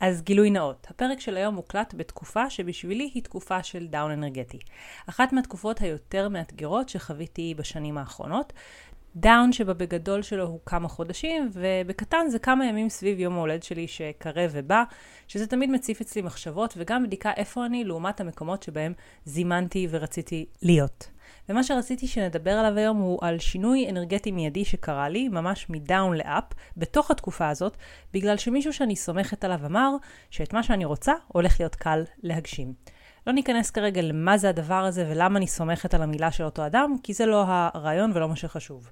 אז גילוי נאות, הפרק של היום מוקלט בתקופה שבשבילי היא תקופה של דאון אנרגטי. אחת מהתקופות היותר מאתגרות שחוויתי בשנים האחרונות. דאון שבגדול שלו הוא כמה חודשים, ובקטן זה כמה ימים סביב יום ההולד שלי שקרב ובא, שזה תמיד מציף אצלי מחשבות וגם בדיקה איפה אני לעומת המקומות שבהם זימנתי ורציתי להיות. ומה שרציתי שנדבר עליו היום הוא על שינוי אנרגטי מיידי שקרה לי, ממש מדאון לאפ, בתוך התקופה הזאת, בגלל שמישהו שאני סומכת עליו אמר שאת מה שאני רוצה הולך להיות קל להגשים. לא ניכנס כרגע למה זה הדבר הזה ולמה אני סומכת על המילה של אותו אדם, כי זה לא הרעיון ולא מה שחשוב.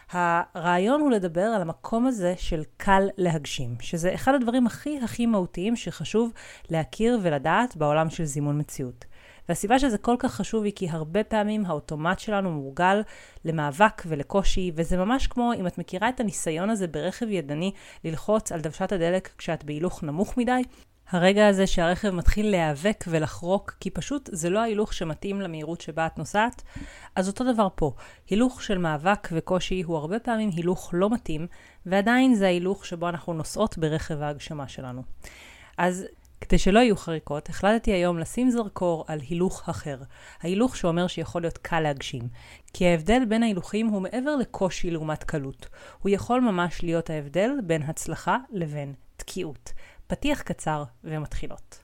הרעיון הוא לדבר על המקום הזה של קל להגשים, שזה אחד הדברים הכי מהותיים שחשוב להכיר ולדעת בעולם של זימון מציאות. והסיבה שזה כל כך חשוב היא כי הרבה פעמים האוטומט שלנו מורגל למאבק ולקושי, וזה ממש כמו אם את מכירה את הניסיון הזה ברכב ידני ללחוץ על דוושת הדלק כשאת בהילוך נמוך מדי, הרגע הזה שהרכב מתחיל להיאבק ולחרוק, כי פשוט זה לא ההילוך שמתאים למהירות שבה את נוסעת, אז אותו דבר פה. הילוך של מאבק וקושי הוא הרבה פעמים הילוך לא מתאים, ועדיין זה ההילוך שבו אנחנו נוסעות ברכב ההגשמה שלנו. אז כדי שלא יהיו חריקות, החלטתי היום לשים זרקור על הילוך אחר. ההילוך שאומר שיכול להיות קל להגשים. כי ההבדל בין ההילוכים הוא מעבר לקושי לעומת קלות. הוא יכול ממש להיות ההבדל בין הצלחה לבין תקיעות. פתיח קצר ומתחילות.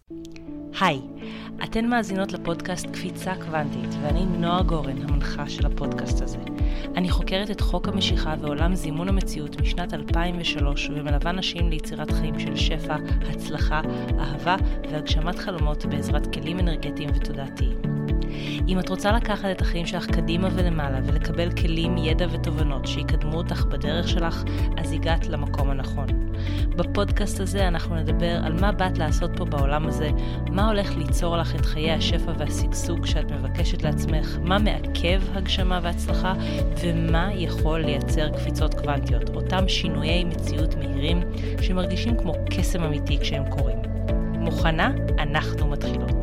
היי, אתן מאזינות לפודקאסט קפיצה קוונטית, ואני נועה גורן, המנחה של הפודקאסט הזה. אני חוקרת את חוק המשיכה ועולם זימון המציאות משנת 2003, ומלווה נשים ליצירת חיים של שפע, הצלחה, אהבה והגשמת חלומות בעזרת כלים אנרגטיים ותודעתיים. אם את רוצה לקחת את החיים שלך קדימה ולמעלה ולקבל כלים, ידע ותובנות שיקדמו אותך בדרך שלך, אז הגעת למקום הנכון. בפודקאסט הזה אנחנו נדבר על מה באת לעשות פה בעולם הזה, מה הולך ליצור לך את חיי השפע והשגשוג שאת מבקשת לעצמך, מה מעכב הגשמה והצלחה, ומה יכול לייצר קפיצות קוונטיות, אותם שינויי מציאות מהירים שמרגישים כמו קסם אמיתי כשהם קורים. מוכנה? אנחנו מתחילות.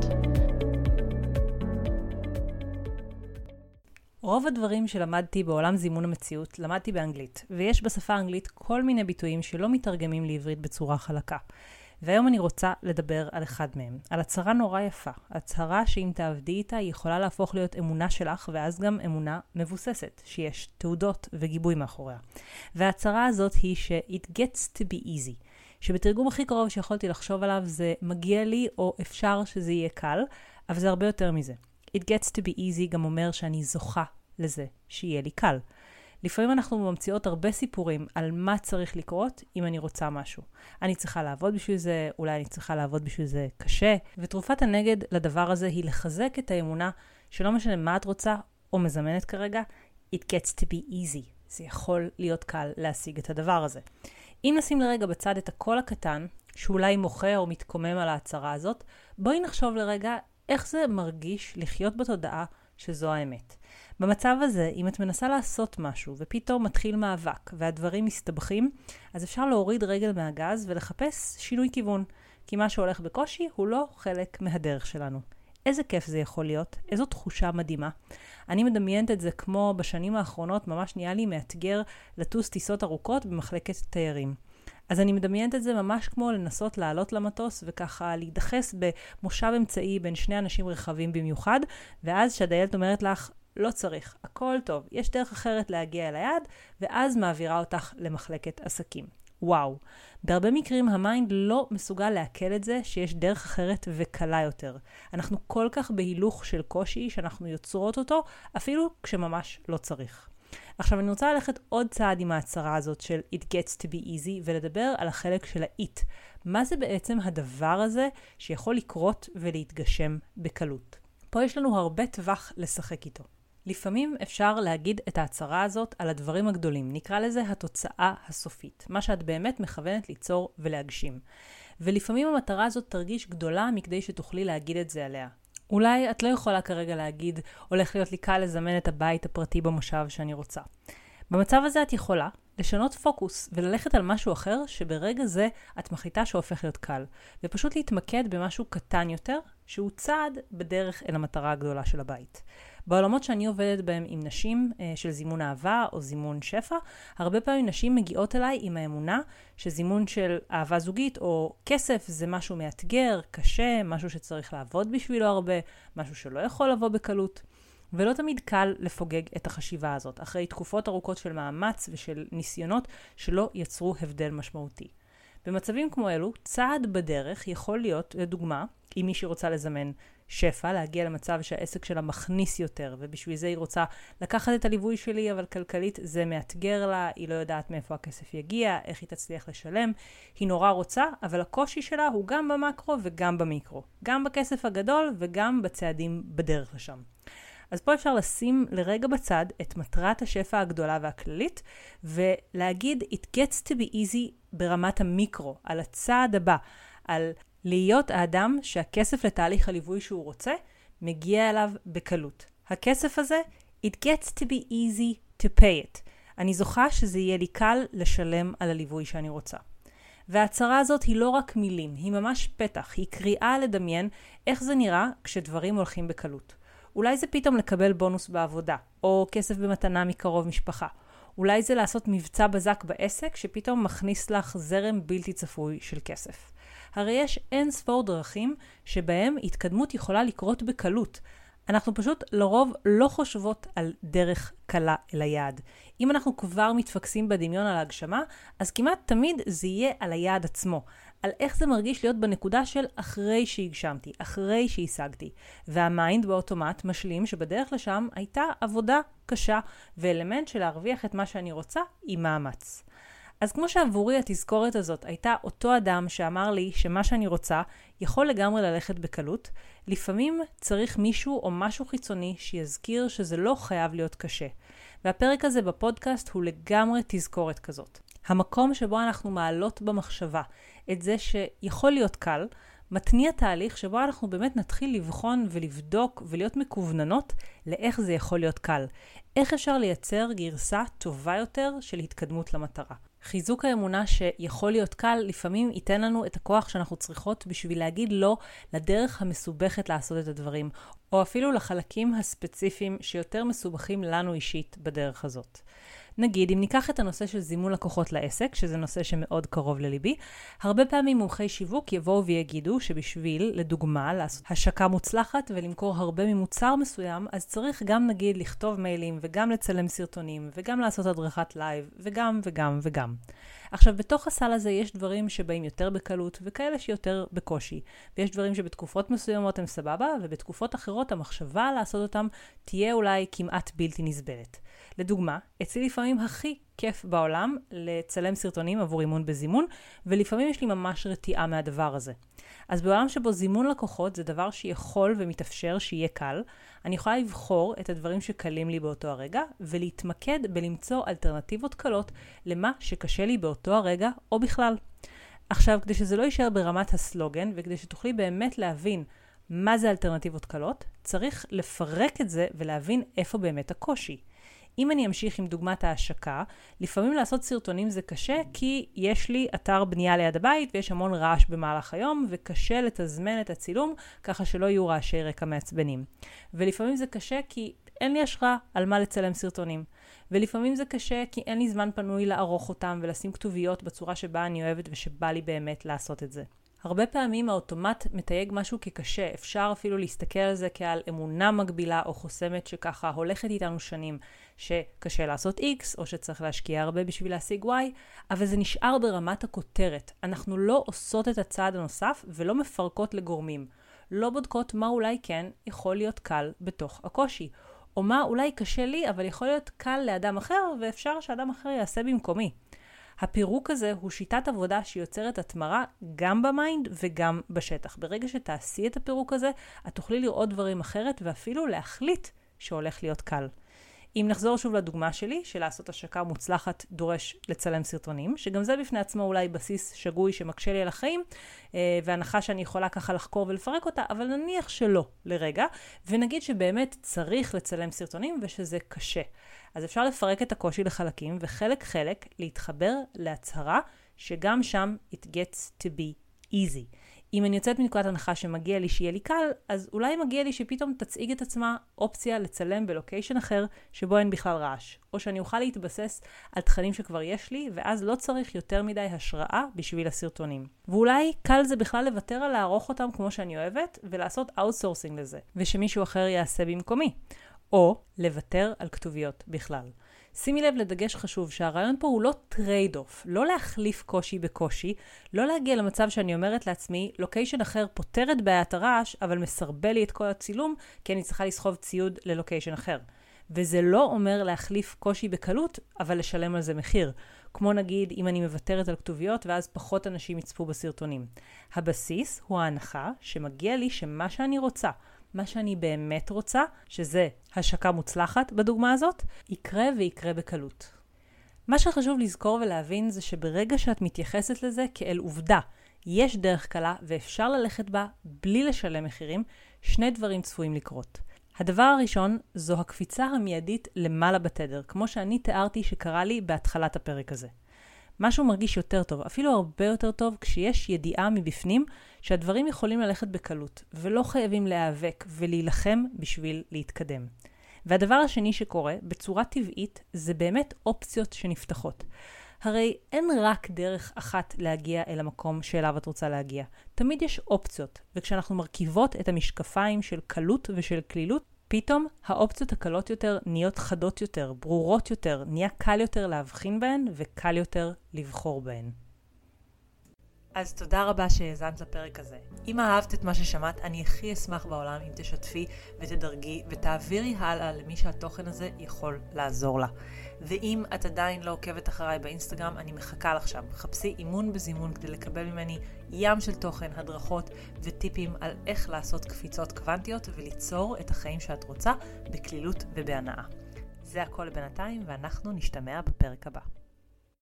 רוב הדברים שלמדתי בעולם זימון המציאות למדתי באנגלית, ויש בשפה האנגלית כל מיני ביטויים שלא מתרגמים לעברית בצורה חלקה. והיום אני רוצה לדבר על אחד מהם, על הצהרה נורא יפה, הצהרה שאם תעבדי איתה היא יכולה להפוך להיות אמונה שלך, ואז גם אמונה מבוססת, שיש תעודות וגיבוי מאחוריה. וההצהרה הזאת היא ש-it gets to be easy, שבתרגום הכי קרוב שיכולתי לחשוב עליו זה מגיע לי או אפשר שזה יהיה קל, אבל זה הרבה יותר מזה. It gets to be easy גם אומר שאני זוכה לזה שיהיה לי קל. לפעמים אנחנו ממציאות הרבה סיפורים על מה צריך לקרות אם אני רוצה משהו. אני צריכה לעבוד בשביל זה, אולי אני צריכה לעבוד בשביל זה קשה, ותרופת הנגד לדבר הזה היא לחזק את האמונה שלא משנה מה את רוצה או מזמנת כרגע, it gets to be easy. זה יכול להיות קל להשיג את הדבר הזה. אם נשים לרגע בצד את הקול הקטן, שאולי מוחה או מתקומם על ההצהרה הזאת, בואי נחשוב לרגע איך זה מרגיש לחיות בתודעה שזו האמת. במצב הזה, אם את מנסה לעשות משהו ופתאום מתחיל מאבק והדברים מסתבכים, אז אפשר להוריד רגל מהגז ולחפש שינוי כיוון, כי מה שהולך בקושי הוא לא חלק מהדרך שלנו. איזה כיף זה יכול להיות, איזו תחושה מדהימה. אני מדמיינת את זה כמו בשנים האחרונות ממש נהיה לי מאתגר לטוס טיסות ארוכות במחלקת תיירים. אז אני מדמיינת את זה ממש כמו לנסות לעלות למטוס וככה להידחס במושב אמצעי בין שני אנשים רחבים במיוחד, ואז שהדיילת אומרת לך, לא צריך, הכל טוב, יש דרך אחרת להגיע אל היעד, ואז מעבירה אותך למחלקת עסקים. וואו, בהרבה מקרים המיינד לא מסוגל לעכל את זה שיש דרך אחרת וקלה יותר. אנחנו כל כך בהילוך של קושי שאנחנו יוצרות אותו, אפילו כשממש לא צריך. עכשיו אני רוצה ללכת עוד צעד עם ההצהרה הזאת של it gets to be easy ולדבר על החלק של ה-it. מה זה בעצם הדבר הזה שיכול לקרות ולהתגשם בקלות? פה יש לנו הרבה טווח לשחק איתו. לפעמים אפשר להגיד את ההצהרה הזאת על הדברים הגדולים, נקרא לזה התוצאה הסופית, מה שאת באמת מכוונת ליצור ולהגשים. ולפעמים המטרה הזאת תרגיש גדולה מכדי שתוכלי להגיד את זה עליה. אולי את לא יכולה כרגע להגיד, הולך להיות לי קל לזמן את הבית הפרטי במושב שאני רוצה. במצב הזה את יכולה לשנות פוקוס וללכת על משהו אחר שברגע זה את מחליטה שהופך להיות קל, ופשוט להתמקד במשהו קטן יותר שהוא צעד בדרך אל המטרה הגדולה של הבית. בעולמות שאני עובדת בהם עם נשים של זימון אהבה או זימון שפע, הרבה פעמים נשים מגיעות אליי עם האמונה שזימון של אהבה זוגית או כסף זה משהו מאתגר, קשה, משהו שצריך לעבוד בשבילו הרבה, משהו שלא יכול לבוא בקלות. ולא תמיד קל לפוגג את החשיבה הזאת, אחרי תקופות ארוכות של מאמץ ושל ניסיונות שלא יצרו הבדל משמעותי. במצבים כמו אלו, צעד בדרך יכול להיות, לדוגמה, אם מישהי רוצה לזמן שפע, להגיע למצב שהעסק שלה מכניס יותר, ובשביל זה היא רוצה לקחת את הליווי שלי, אבל כלכלית זה מאתגר לה, היא לא יודעת מאיפה הכסף יגיע, איך היא תצליח לשלם, היא נורא רוצה, אבל הקושי שלה הוא גם במקרו וגם במיקרו, גם בכסף הגדול וגם בצעדים בדרך לשם. אז פה אפשר לשים לרגע בצד את מטרת השפע הגדולה והכללית, ולהגיד it gets to be easy ברמת המיקרו, על הצעד הבא, על להיות האדם שהכסף לתהליך הליווי שהוא רוצה, מגיע אליו בקלות. הכסף הזה, it gets to be easy to pay it. אני זוכה שזה יהיה לי קל לשלם על הליווי שאני רוצה. וההצהרה הזאת היא לא רק מילים, היא ממש פתח, היא קריאה לדמיין איך זה נראה כשדברים הולכים בקלות. אולי זה פתאום לקבל בונוס בעבודה, או כסף במתנה מקרוב משפחה. אולי זה לעשות מבצע בזק בעסק שפתאום מכניס לך זרם בלתי צפוי של כסף. הרי יש אין ספור דרכים שבהם התקדמות יכולה לקרות בקלות. אנחנו פשוט לרוב לא חושבות על דרך קלה אל היעד. אם אנחנו כבר מתפקסים בדמיון על ההגשמה, אז כמעט תמיד זה יהיה על היעד עצמו. על איך זה מרגיש להיות בנקודה של אחרי שהגשמתי, אחרי שהשגתי. והמיינד באוטומט משלים שבדרך לשם הייתה עבודה קשה, ואלמנט של להרוויח את מה שאני רוצה עם מאמץ. אז כמו שעבורי התזכורת הזאת הייתה אותו אדם שאמר לי שמה שאני רוצה יכול לגמרי ללכת בקלות, לפעמים צריך מישהו או משהו חיצוני שיזכיר שזה לא חייב להיות קשה. והפרק הזה בפודקאסט הוא לגמרי תזכורת כזאת. המקום שבו אנחנו מעלות במחשבה את זה שיכול להיות קל, מתניע תהליך שבו אנחנו באמת נתחיל לבחון ולבדוק ולהיות מקווננות לאיך זה יכול להיות קל. איך אפשר לייצר גרסה טובה יותר של התקדמות למטרה. חיזוק האמונה שיכול להיות קל לפעמים ייתן לנו את הכוח שאנחנו צריכות בשביל להגיד לא לדרך המסובכת לעשות את הדברים, או אפילו לחלקים הספציפיים שיותר מסובכים לנו אישית בדרך הזאת. נגיד, אם ניקח את הנושא של זימון לקוחות לעסק, שזה נושא שמאוד קרוב לליבי, הרבה פעמים מומחי שיווק יבואו ויגידו שבשביל, לדוגמה, לעשות השקה מוצלחת ולמכור הרבה ממוצר מסוים, אז צריך גם נגיד לכתוב מיילים וגם לצלם סרטונים וגם לעשות הדרכת לייב וגם וגם וגם. עכשיו, בתוך הסל הזה יש דברים שבאים יותר בקלות וכאלה שיותר בקושי. ויש דברים שבתקופות מסוימות הם סבבה, ובתקופות אחרות המחשבה לעשות אותם תהיה אולי כמעט בלתי נסבלת. לדוגמה, אצלי לפעמים הכי כיף בעולם לצלם סרטונים עבור אימון בזימון, ולפעמים יש לי ממש רתיעה מהדבר הזה. אז בעולם שבו זימון לקוחות זה דבר שיכול ומתאפשר שיהיה קל, אני יכולה לבחור את הדברים שקלים לי באותו הרגע, ולהתמקד בלמצוא אלטרנטיבות קלות למה שקשה לי באותו הרגע או בכלל. עכשיו, כדי שזה לא יישאר ברמת הסלוגן, וכדי שתוכלי באמת להבין מה זה אלטרנטיבות קלות, צריך לפרק את זה ולהבין איפה באמת הקושי. אם אני אמשיך עם דוגמת ההשקה, לפעמים לעשות סרטונים זה קשה כי יש לי אתר בנייה ליד הבית ויש המון רעש במהלך היום וקשה לתזמן את הצילום ככה שלא יהיו רעשי רקע מעצבנים. ולפעמים זה קשה כי אין לי השראה על מה לצלם סרטונים. ולפעמים זה קשה כי אין לי זמן פנוי לערוך אותם ולשים כתוביות בצורה שבה אני אוהבת ושבא לי באמת לעשות את זה. הרבה פעמים האוטומט מתייג משהו כקשה, אפשר אפילו להסתכל על זה כעל אמונה מגבילה או חוסמת שככה הולכת איתנו שנים, שקשה לעשות X או שצריך להשקיע הרבה בשביל להשיג Y, אבל זה נשאר ברמת הכותרת. אנחנו לא עושות את הצעד הנוסף ולא מפרקות לגורמים. לא בודקות מה אולי כן יכול להיות קל בתוך הקושי, או מה אולי קשה לי אבל יכול להיות קל לאדם אחר ואפשר שאדם אחר יעשה במקומי. הפירוק הזה הוא שיטת עבודה שיוצרת התמרה גם במיינד וגם בשטח. ברגע שתעשי את הפירוק הזה, את תוכלי לראות דברים אחרת ואפילו להחליט שהולך להיות קל. אם נחזור שוב לדוגמה שלי, של לעשות השקה מוצלחת דורש לצלם סרטונים, שגם זה בפני עצמו אולי בסיס שגוי שמקשה לי על החיים, והנחה שאני יכולה ככה לחקור ולפרק אותה, אבל נניח שלא לרגע, ונגיד שבאמת צריך לצלם סרטונים ושזה קשה. אז אפשר לפרק את הקושי לחלקים, וחלק להתחבר להצהרה שגם שם it gets to be easy. אם אני יוצאת מנקודת הנחה שמגיע לי שיהיה לי קל, אז אולי מגיע לי שפתאום תציג את עצמה אופציה לצלם בלוקיישן אחר שבו אין בכלל רעש. או שאני אוכל להתבסס על תכנים שכבר יש לי, ואז לא צריך יותר מדי השראה בשביל הסרטונים. ואולי קל זה בכלל לוותר על לערוך אותם כמו שאני אוהבת, ולעשות אאוטסורסינג לזה, ושמישהו אחר יעשה במקומי. או לוותר על כתוביות בכלל. שימי לב לדגש חשוב שהרעיון פה הוא לא טרייד אוף, לא להחליף קושי בקושי, לא להגיע למצב שאני אומרת לעצמי, לוקיישן אחר פותר את בעיית הרעש, אבל מסרבל לי את כל הצילום, כי אני צריכה לסחוב ציוד ללוקיישן אחר. וזה לא אומר להחליף קושי בקלות, אבל לשלם על זה מחיר. כמו נגיד, אם אני מוותרת על כתוביות, ואז פחות אנשים יצפו בסרטונים. הבסיס הוא ההנחה שמגיע לי שמה שאני רוצה, מה שאני באמת רוצה, שזה השקה מוצלחת בדוגמה הזאת, יקרה ויקרה בקלות. מה שחשוב לזכור ולהבין זה שברגע שאת מתייחסת לזה כאל עובדה, יש דרך קלה ואפשר ללכת בה בלי לשלם מחירים, שני דברים צפויים לקרות. הדבר הראשון זו הקפיצה המיידית למעלה בתדר, כמו שאני תיארתי שקרה לי בהתחלת הפרק הזה. משהו מרגיש יותר טוב, אפילו הרבה יותר טוב, כשיש ידיעה מבפנים שהדברים יכולים ללכת בקלות, ולא חייבים להיאבק ולהילחם בשביל להתקדם. והדבר השני שקורה, בצורה טבעית, זה באמת אופציות שנפתחות. הרי אין רק דרך אחת להגיע אל המקום שאליו את רוצה להגיע. תמיד יש אופציות, וכשאנחנו מרכיבות את המשקפיים של קלות ושל כלילות, פתאום האופציות הקלות יותר נהיות חדות יותר, ברורות יותר, נהיה קל יותר להבחין בהן וקל יותר לבחור בהן. אז תודה רבה שהאזנת לפרק הזה. אם אהבת את מה ששמעת, אני הכי אשמח בעולם אם תשתפי ותדרגי ותעבירי הלאה למי שהתוכן הזה יכול לעזור לה. ואם את עדיין לא עוקבת אחריי באינסטגרם, אני מחכה לך שם. חפשי אימון בזימון כדי לקבל ממני ים של תוכן, הדרכות וטיפים על איך לעשות קפיצות קוונטיות וליצור את החיים שאת רוצה בכלילות ובהנאה. זה הכל לבינתיים ואנחנו נשתמע בפרק הבא.